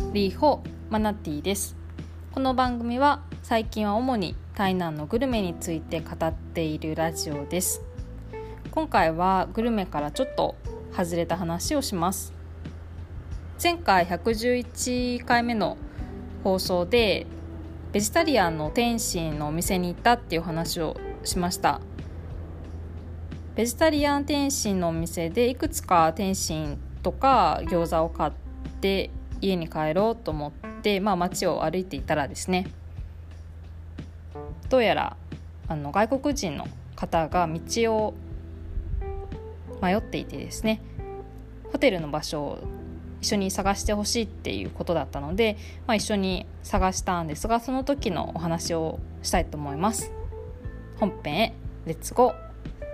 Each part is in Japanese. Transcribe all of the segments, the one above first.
リーホマナティです。この番組は最近は主に台南のグルメについて語っているラジオです。今回はグルメからちょっと外れた話をします。前回111回目の放送でベジタリアンの天津のお店に行ったっていう話をしました。ベジタリアン天津のお店でいくつか天津とか餃子を買って家に帰ろうと思って、街を歩いていたらですね、どうやら外国人の方が道を迷っていてですね、ホテルの場所を一緒に探してほしいっていうことだったので、一緒に探したんですが、その時のお話をしたいと思います。本編へレッツゴー。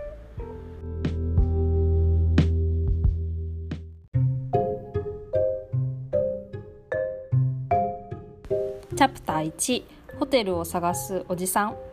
チャプター1、ホテルを探すおじさん。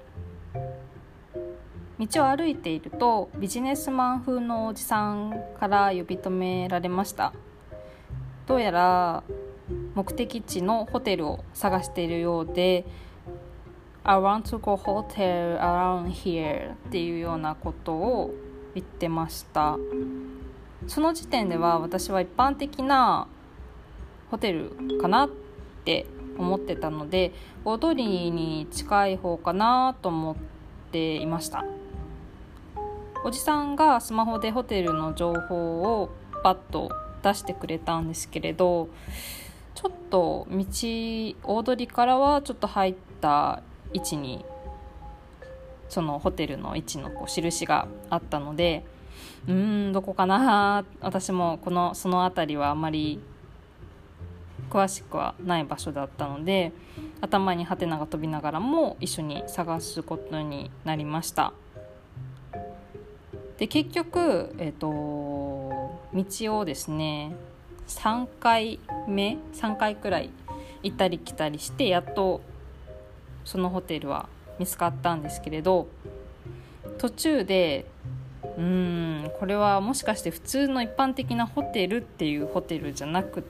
道を歩いているとビジネスマン風のおじさんから呼び止められました。どうやら目的地のホテルを探しているようで、 I want to go hotel around here っていうようなことを言ってました。その時点では私は一般的なホテルかなって思ってたので、大通りに近い方かなと思っていました。おじさんがスマホでホテルの情報をパッと出してくれたんですけれど、ちょっと大通りからはちょっと入った位置にそのホテルの位置の印があったので、どこかな、私もその辺りはあまり詳しくはない場所だったので、頭にハテナが飛びながらも一緒に探すことになりました。で結局、道をですね3回くらい行ったり来たりして、やっとそのホテルは見つかったんですけれど、途中でこれはもしかして普通の一般的なホテルっていうホテルじゃなくって、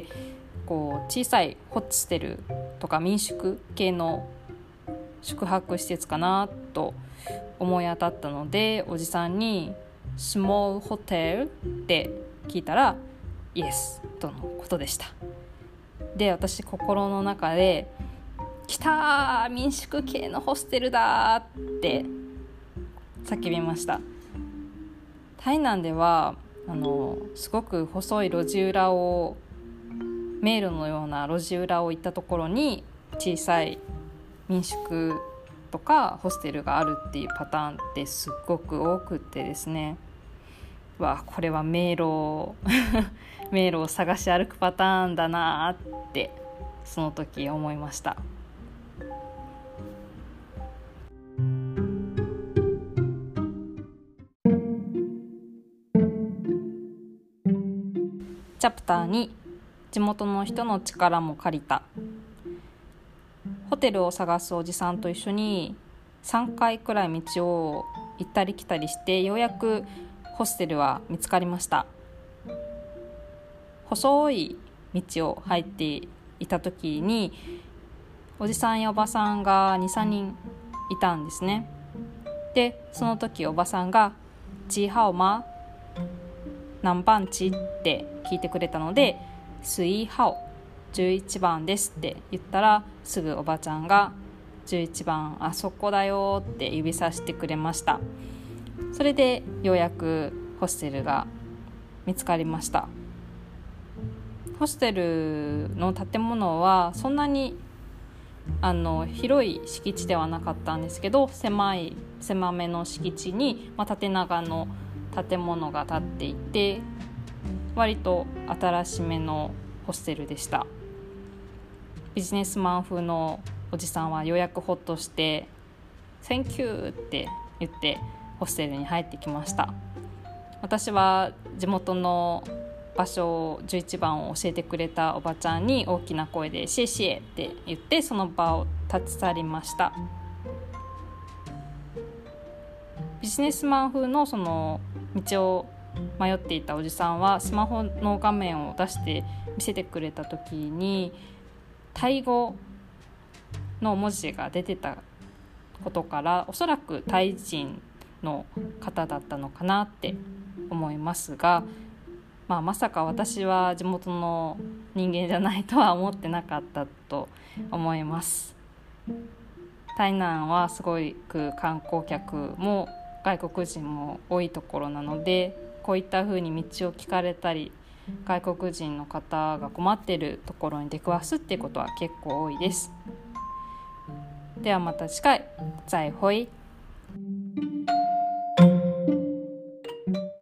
小さいホステルとか民宿系の宿泊施設かなと思い当たったので、おじさんにスモールホテルって聞いたらイエスとのことでした。で、私心の中で来たー、民宿系のホステルだって叫びました。台南ではすごく細い迷路のような路地裏を行ったところに小さい民宿とかホステルがあるっていうパターンってすっごく多くってですね、これは迷路を探し歩くパターンだなってその時思いました。チャプター2、地元の人の力も借りた。ホテルを探すおじさんと一緒に3回くらい道を行ったり来たりして、ようやくホステルは見つかりました。細い道を入っていた時におじさんやおばさんが 2,3 人いたんですね。でその時おばさんが几号吗、何番地って聞いてくれたので、水号11番ですって言ったら、すぐおばちゃんが11番あそこだよって指さしてくれました。それでようやくホステルが見つかりました。ホステルの建物はそんなに広い敷地ではなかったんですけど、狭めの敷地に、縦長の建物が建っていて、割と新しめのホステルでした。ビジネスマン風のおじさんはようやくホッとしてセンキューって言ってホステルに入ってきました。私は地元の場所11番を教えてくれたおばちゃんに大きな声でシェシェって言ってその場を立ち去りました。ビジネスマン風のその道を迷っていたおじさんはスマホの画面を出して見せてくれた時にタイ語の文字が出てたことから、おそらくタイ人の方だったのかなって思いますが、まさか私は地元の人間じゃないとは思ってなかったと思います。台南はすごく観光客も外国人も多いところなので、こういった風に道を聞かれたり、外国人の方が困っているところに出くわすっていうことは結構多いです。ではまた次回、再会。